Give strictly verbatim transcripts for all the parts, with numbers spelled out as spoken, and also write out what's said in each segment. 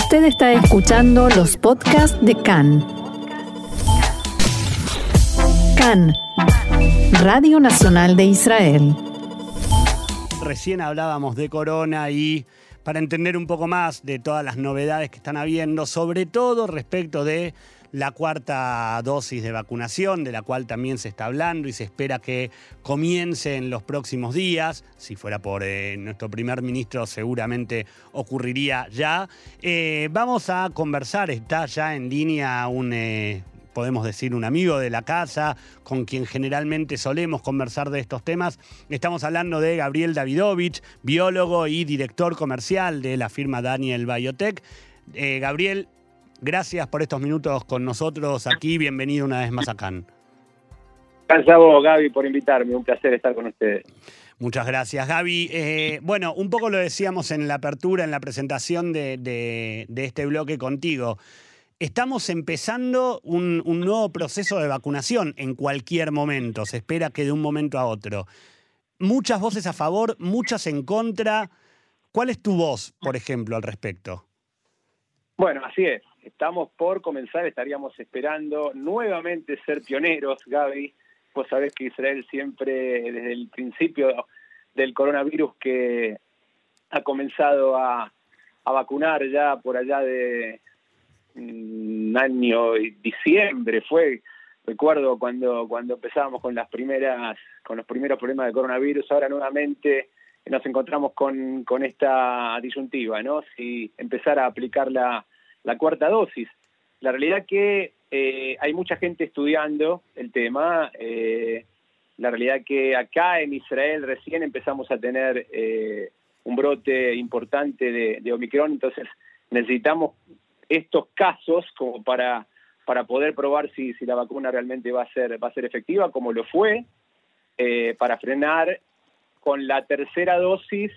Usted está escuchando los podcasts de C A N. C A N, Radio Nacional de Israel. Recién hablábamos de corona y para entender un poco más de todas las novedades que están habiendo, sobre todo respecto de la cuarta dosis de vacunación, de la cual también se está hablando y se espera que comience en los próximos días. Si fuera por eh, nuestro primer ministro, seguramente ocurriría ya. Eh, vamos a conversar, está ya en línea un... Eh, podemos decir, un amigo de la casa, con quien generalmente solemos conversar de estos temas. Estamos hablando de Gabriel Davidovich, biólogo y director comercial de la firma Daniel Biotech. Eh, Gabriel, gracias por estos minutos con nosotros aquí. Bienvenido una vez más a C A N. Gracias a vos, Gaby, por invitarme. Un placer estar con ustedes. Muchas gracias, Gaby. Eh, bueno, un poco lo decíamos en la apertura, en la presentación de, de, de este bloque contigo. Estamos empezando un, un nuevo proceso de vacunación en cualquier momento. Se espera que de un momento a otro. Muchas voces a favor, muchas en contra. ¿Cuál es tu voz, por ejemplo, al respecto? Bueno, así es. Estamos por comenzar, estaríamos esperando nuevamente ser pioneros, Gaby. Vos sabés que Israel siempre, desde el principio del coronavirus, que ha comenzado a, a vacunar ya por allá de un año, diciembre fue, recuerdo cuando cuando empezábamos con las primeras con los primeros problemas de coronavirus. Ahora nuevamente nos encontramos con, con esta disyuntiva, ¿no? Si empezar a aplicar la, la cuarta dosis. La realidad que eh, hay mucha gente estudiando el tema. Eh, la realidad que acá en Israel recién empezamos a tener eh, un brote importante de, de Omicron, entonces necesitamos estos casos como para para poder probar si, si la vacuna realmente va a ser va a ser efectiva, como lo fue, eh, para frenar con la tercera dosis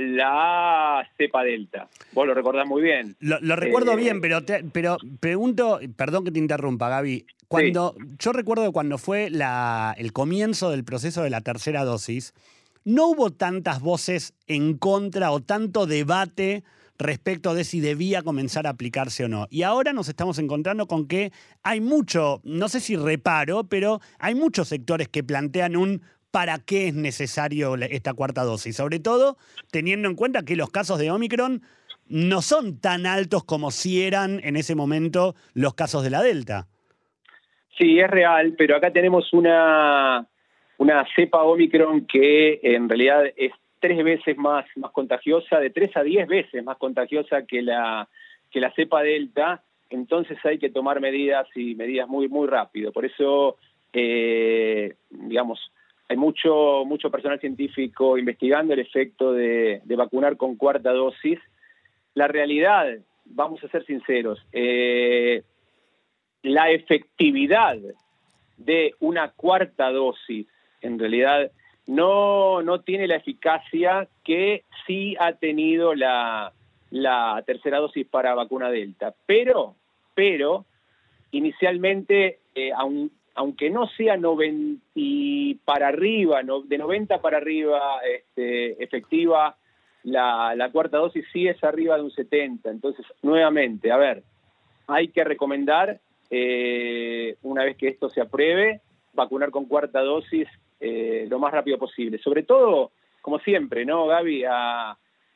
la cepa delta. Vos lo recordás muy bien. Lo, lo recuerdo eh, bien, pero te, pero pregunto, perdón que te interrumpa, Gaby. Cuando, sí. Yo recuerdo cuando fue la, el comienzo del proceso de la tercera dosis, no hubo tantas voces en contra o tanto debate respecto de si debía comenzar a aplicarse o no. Y ahora nos estamos encontrando con que hay mucho, no sé si reparo, pero hay muchos sectores que plantean un ¿para qué es necesario esta cuarta dosis? Sobre todo teniendo en cuenta que los casos de Omicron no son tan altos como si eran en ese momento los casos de la Delta. Sí, es real, pero acá tenemos una, una cepa Omicron que en realidad es tres veces más, más contagiosa, de tres a diez veces más contagiosa que la, que la cepa Delta. Entonces hay que tomar medidas y medidas muy, muy rápido. Por eso, eh, digamos, hay mucho, mucho personal científico investigando el efecto de, de vacunar con cuarta dosis. La realidad, vamos a ser sinceros, eh, la efectividad de una cuarta dosis, en realidad, no, no tiene la eficacia que sí ha tenido la, la tercera dosis para vacuna Delta. Pero, pero inicialmente, eh, aun, aunque no sea noventa para arriba, no, de noventa para arriba este, efectiva, la, la cuarta dosis sí es arriba de un setenta. Entonces, nuevamente, a ver, hay que recomendar, eh, una vez que esto se apruebe, vacunar con cuarta dosis Eh, lo más rápido posible. Sobre todo, como siempre, ¿no, Gaby? A,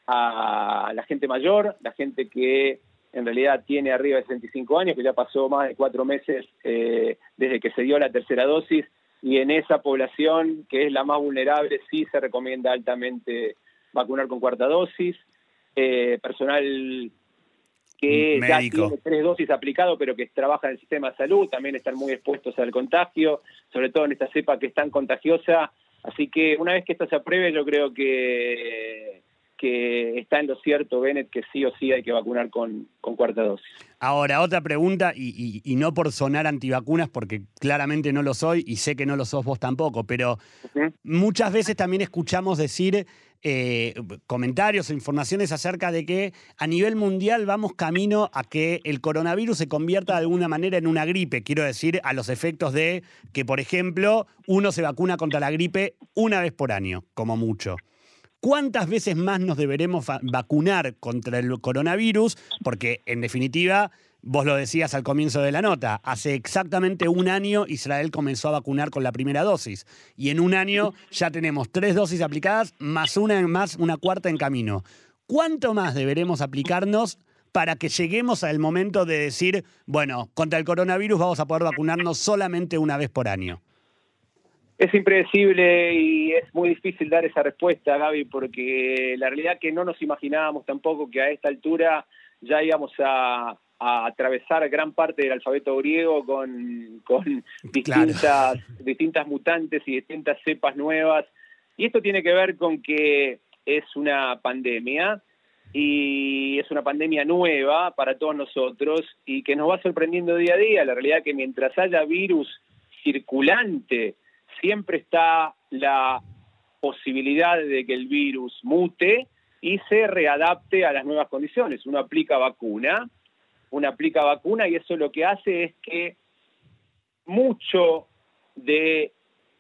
a la gente mayor, la gente que en realidad tiene arriba de sesenta y cinco años, que ya pasó más de cuatro meses eh, desde que se dio la tercera dosis, y en esa población, que es la más vulnerable, sí se recomienda altamente vacunar con cuarta dosis. Eh, personal que médico, ya tiene tres dosis aplicado, pero que trabaja en el sistema de salud, también están muy expuestos al contagio, sobre todo en esta cepa que es tan contagiosa. Así que una vez que esto se apruebe, yo creo que, que está en lo cierto, Bennett, que sí o sí hay que vacunar con, con cuarta dosis. Ahora, otra pregunta, y, y, y no por sonar antivacunas, porque claramente no lo soy, y sé que no lo sos vos tampoco, pero uh-huh. muchas veces también escuchamos decir eh, comentarios o informaciones acerca de que a nivel mundial vamos camino a que el coronavirus se convierta de alguna manera en una gripe. Quiero decir, a los efectos de que, por ejemplo, uno se vacuna contra la gripe una vez por año, como mucho. ¿Cuántas veces más nos deberemos vacunar contra el coronavirus? Porque, en definitiva, vos lo decías al comienzo de la nota, hace exactamente un año Israel comenzó a vacunar con la primera dosis. Y en un año ya tenemos tres dosis aplicadas, más una, más una cuarta en camino. ¿Cuánto más deberemos aplicarnos para que lleguemos al momento de decir, bueno, contra el coronavirus vamos a poder vacunarnos solamente una vez por año? Es impredecible y es muy difícil dar esa respuesta, Gaby, porque la realidad es que no nos imaginábamos tampoco que a esta altura ya íbamos a, a atravesar gran parte del alfabeto griego con, con distintas, claro. distintas mutantes y distintas cepas nuevas. Y esto tiene que ver con que es una pandemia y es una pandemia nueva para todos nosotros y que nos va sorprendiendo día a día. La realidad es que mientras haya virus circulante, siempre está la posibilidad de que el virus mute y se readapte a las nuevas condiciones. Uno aplica vacuna, uno aplica vacuna y eso lo que hace es que mucho de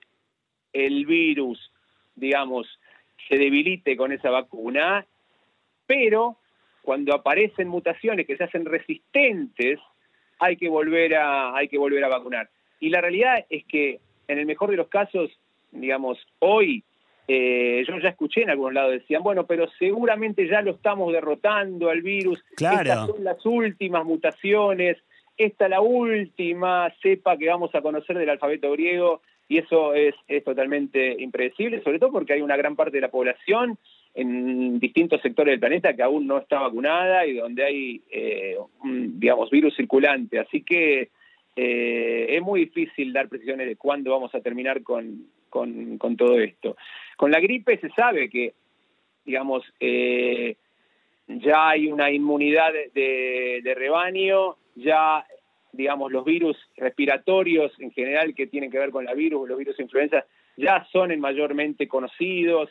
el virus, digamos, se debilite con esa vacuna, pero cuando aparecen mutaciones que se hacen resistentes, hay que volver a, hay que volver a vacunar. Y la realidad es que en el mejor de los casos, digamos, hoy, eh, yo ya escuché en algunos lados, decían, bueno, pero seguramente ya lo estamos derrotando al virus. Claro. Estas son las últimas mutaciones, esta es la última cepa que vamos a conocer del alfabeto griego, y eso es, es totalmente impredecible, sobre todo porque hay una gran parte de la población en distintos sectores del planeta que aún no está vacunada y donde hay, eh, un, digamos, virus circulante. Así que Eh, es muy difícil dar precisiones de cuándo vamos a terminar con, con, con todo esto. Con la gripe se sabe que, digamos, eh, ya hay una inmunidad de, de, de rebaño, ya, digamos, los virus respiratorios en general que tienen que ver con la virus, los virus influenza, ya son mayormente conocidos.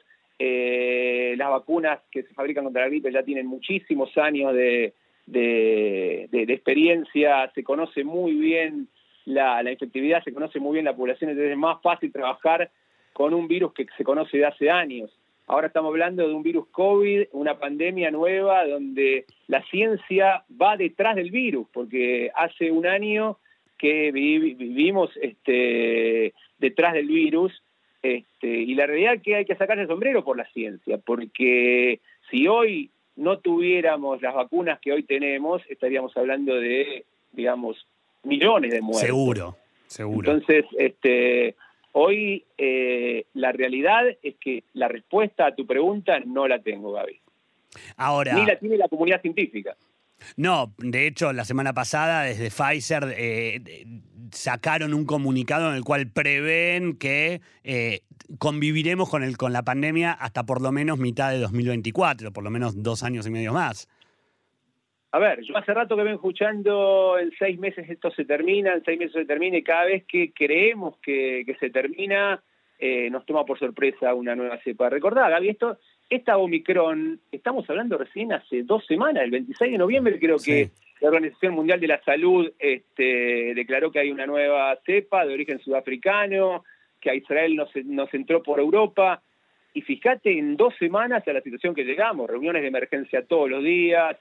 Eh, las vacunas que se fabrican contra la gripe ya tienen muchísimos años de De, de, de experiencia, se conoce muy bien la, la efectividad, se conoce muy bien la población, entonces es más fácil trabajar con un virus que se conoce de hace años. Ahora estamos hablando de un virus COVID, una pandemia nueva, donde la ciencia va detrás del virus, porque hace un año que viv, vivimos este, detrás del virus, este, y la realidad es que hay que sacarse el sombrero por la ciencia, porque si hoy no tuviéramos las vacunas que hoy tenemos, estaríamos hablando de, digamos, millones de muertos. Seguro, seguro. Entonces, este, hoy eh, la realidad es que la respuesta a tu pregunta no la tengo, Gaby. Ahora, ni la tiene la comunidad científica. No, de hecho, la semana pasada desde Pfizer eh, sacaron un comunicado en el cual prevén que eh, conviviremos con, el, con la pandemia hasta por lo menos mitad de dos mil veinticuatro, por lo menos dos años y medio más. A ver, yo hace rato que vengo escuchando en seis meses esto se termina, en seis meses se termina, y cada vez que creemos que, que se termina, eh, nos toma por sorpresa una nueva cepa. Recordá, Gaby, esto... Esta Omicron, estamos hablando recién hace dos semanas, el veintiséis de noviembre, creo sí. que la Organización Mundial de la Salud este, declaró que hay una nueva cepa de origen sudafricano, que a Israel nos, nos entró por Europa. Y fíjate, en dos semanas a la situación que llegamos, reuniones de emergencia todos los días,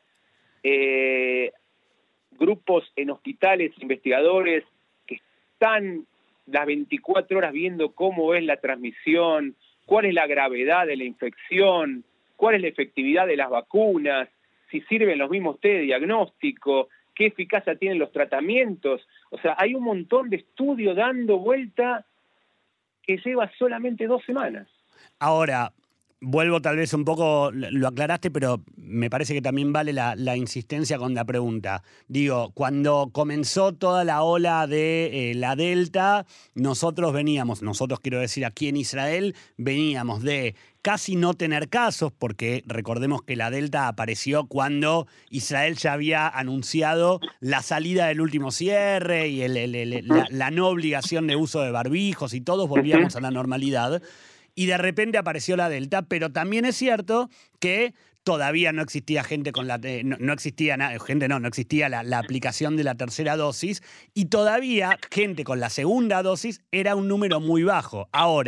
eh, grupos en hospitales, investigadores que están las veinticuatro horas viendo cómo es la transmisión, cuál es la gravedad de la infección, cuál es la efectividad de las vacunas, si sirven los mismos test de diagnóstico, qué eficacia tienen los tratamientos. O sea, hay un montón de estudios dando vuelta que lleva solamente dos semanas. Ahora, vuelvo tal vez un poco, lo aclaraste, pero me parece que también vale la, la insistencia con la pregunta. Digo, cuando comenzó toda la ola de eh, la Delta, nosotros veníamos, nosotros quiero decir aquí en Israel, veníamos de casi no tener casos, porque recordemos que la Delta apareció cuando Israel ya había anunciado la salida del último cierre y el, el, el, la, la no obligación de uso de barbijos y todos volvíamos a la normalidad. Y de repente apareció la Delta, pero también es cierto que todavía no existía gente con la... Eh, no, no existía nada, gente no, no existía la, la aplicación de la tercera dosis y todavía gente con la segunda dosis era un número muy bajo. Ahora,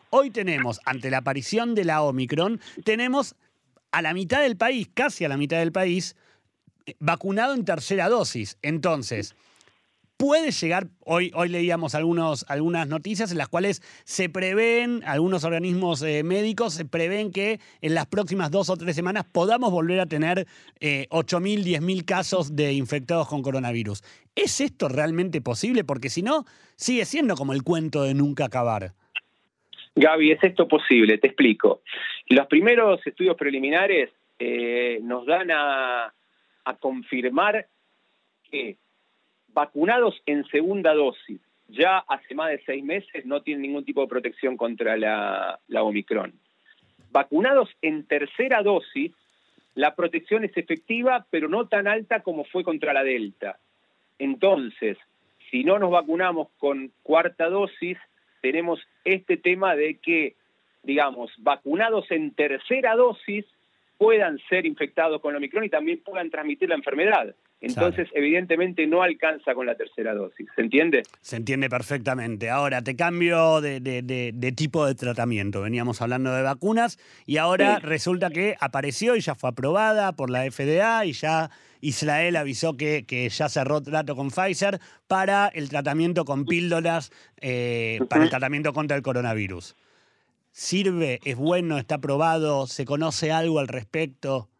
Hoy tenemos, ante la aparición de la Omicron, tenemos a la mitad del país, casi a la mitad del país, vacunado en tercera dosis. Entonces, puede llegar, hoy, hoy leíamos algunos, algunas noticias en las cuales se prevén, algunos organismos eh, médicos se prevén que en las próximas dos o tres semanas podamos volver a tener eh, ocho mil, diez mil casos de infectados con coronavirus. ¿Es esto realmente posible? Porque si no, sigue siendo como el cuento de nunca acabar. Gaby, ¿es esto posible? Te explico. Los primeros estudios preliminares eh, nos dan a, a confirmar que vacunados en segunda dosis, ya hace más de seis meses, no tienen ningún tipo de protección contra la, la Omicron. Vacunados en tercera dosis, la protección es efectiva, pero no tan alta como fue contra la Delta. Entonces, si no nos vacunamos con cuarta dosis, tenemos este tema de que, digamos, vacunados en tercera dosis puedan ser infectados con Omicron y también puedan transmitir la enfermedad. Entonces, claro, evidentemente no alcanza con la tercera dosis. ¿Se entiende? Se entiende perfectamente. Ahora, te cambio de, de, de, de tipo de tratamiento. Veníamos hablando de vacunas y ahora sí, resulta que apareció y ya fue aprobada por la F D A y ya Israel avisó que, que ya cerró trato con Pfizer para el tratamiento con píldoras, eh, uh-huh. para el tratamiento contra el coronavirus. ¿Sirve? ¿Es bueno? ¿Está aprobado? ¿Se conoce algo al respecto?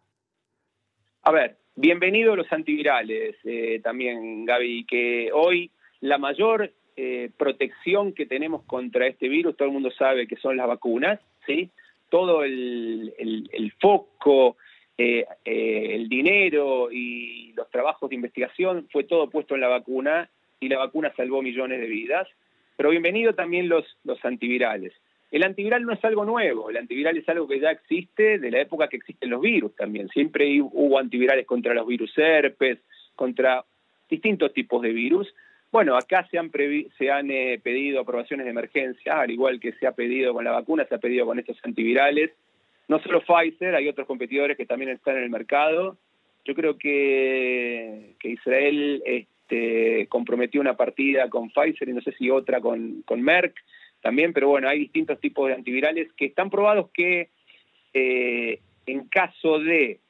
A ver, bienvenidos los antivirales eh, también, Gaby, que hoy la mayor eh, protección que tenemos contra este virus, todo el mundo sabe que son las vacunas, ¿sí? Todo el, el, el foco, eh, eh, el dinero y los trabajos de investigación fue todo puesto en la vacuna y la vacuna salvó millones de vidas. Pero bienvenido también los, los antivirales. El antiviral no es algo nuevo, el antiviral es algo que ya existe de la época que existen los virus también. Siempre hubo antivirales contra los virus herpes, contra distintos tipos de virus. Bueno, acá se han, previ se han eh, pedido aprobaciones de emergencia, al igual que se ha pedido con la vacuna, se ha pedido con estos antivirales. No solo Pfizer, hay otros competidores que también están en el mercado. Yo creo que, que Israel este, comprometió una partida con Pfizer y no sé si otra con, con Merck también, pero bueno, hay distintos tipos de antivirales que están probados que eh, en caso de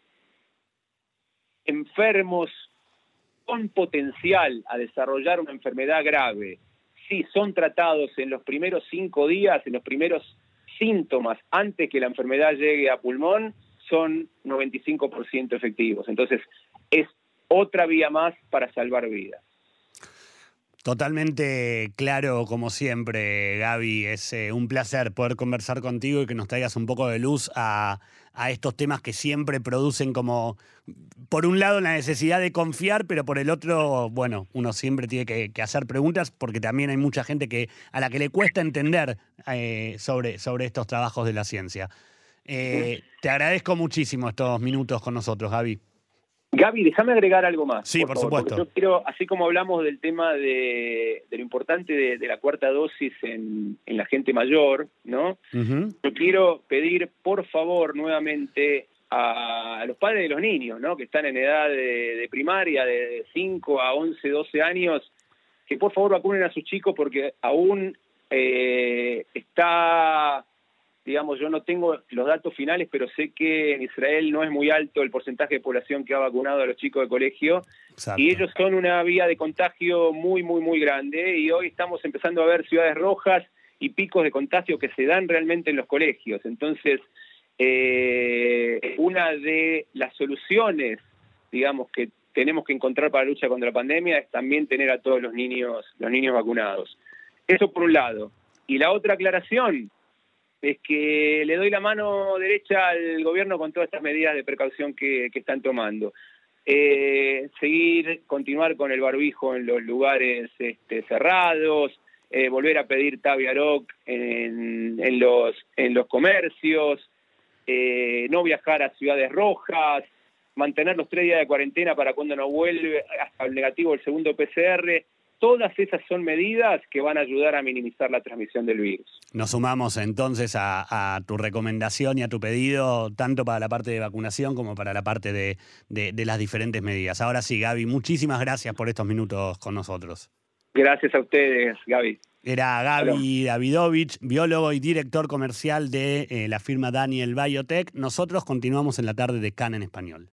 enfermos con potencial a desarrollar una enfermedad grave, si son tratados en los primeros cinco días, en los primeros síntomas, antes que la enfermedad llegue a pulmón, son noventa y cinco por ciento efectivos. Entonces, es otra vía más para salvar vidas. Totalmente claro, como siempre, Gaby. Es eh, un placer poder conversar contigo y que nos traigas un poco de luz a, a estos temas que siempre producen como, por un lado, la necesidad de confiar, pero por el otro, bueno, uno siempre tiene que, que hacer preguntas porque también hay mucha gente que a la que le cuesta entender eh, sobre, sobre estos trabajos de la ciencia. Eh, te agradezco muchísimo estos minutos con nosotros, Gaby. Gaby, déjame agregar algo más. Sí, por, por supuesto. Yo quiero, así como hablamos del tema de, de lo importante de, de la cuarta dosis en, en la gente mayor, ¿no? Uh-huh. Yo quiero pedir, por favor, nuevamente a, a los padres de los niños, ¿no? Que están en edad de, de primaria, de cinco a once, doce años, que por favor vacunen a sus chicos porque aún eh, está... Digamos, yo no tengo los datos finales, pero sé que en Israel no es muy alto el porcentaje de población que ha vacunado a los chicos de colegio. Exacto. Y ellos son una vía de contagio muy, muy, muy grande. Y hoy estamos empezando a ver ciudades rojas y picos de contagio que se dan realmente en los colegios. Entonces, eh, una de las soluciones, digamos, que tenemos que encontrar para la lucha contra la pandemia es también tener a todos los niños, los niños vacunados. Eso por un lado. Y la otra aclaración es que le doy la mano derecha al gobierno con todas estas medidas de precaución que, que están tomando. Eh, seguir, continuar con el barbijo en los lugares este, cerrados, eh, volver a pedir Taviaroc en, en, los, en los comercios, eh, no viajar a ciudades rojas, mantener los tres días de cuarentena para cuando no vuelve hasta el negativo el segundo P C R. Todas esas son medidas que van a ayudar a minimizar la transmisión del virus. Nos sumamos entonces a, a tu recomendación y a tu pedido, tanto para la parte de vacunación como para la parte de, de, de las diferentes medidas. Ahora sí, Gaby, muchísimas gracias por estos minutos con nosotros. Gracias a ustedes, Gaby. Era Gaby Davidovich, biólogo y director comercial de eh, la firma Daniel Biotech. Nosotros continuamos en la tarde de CAN en español.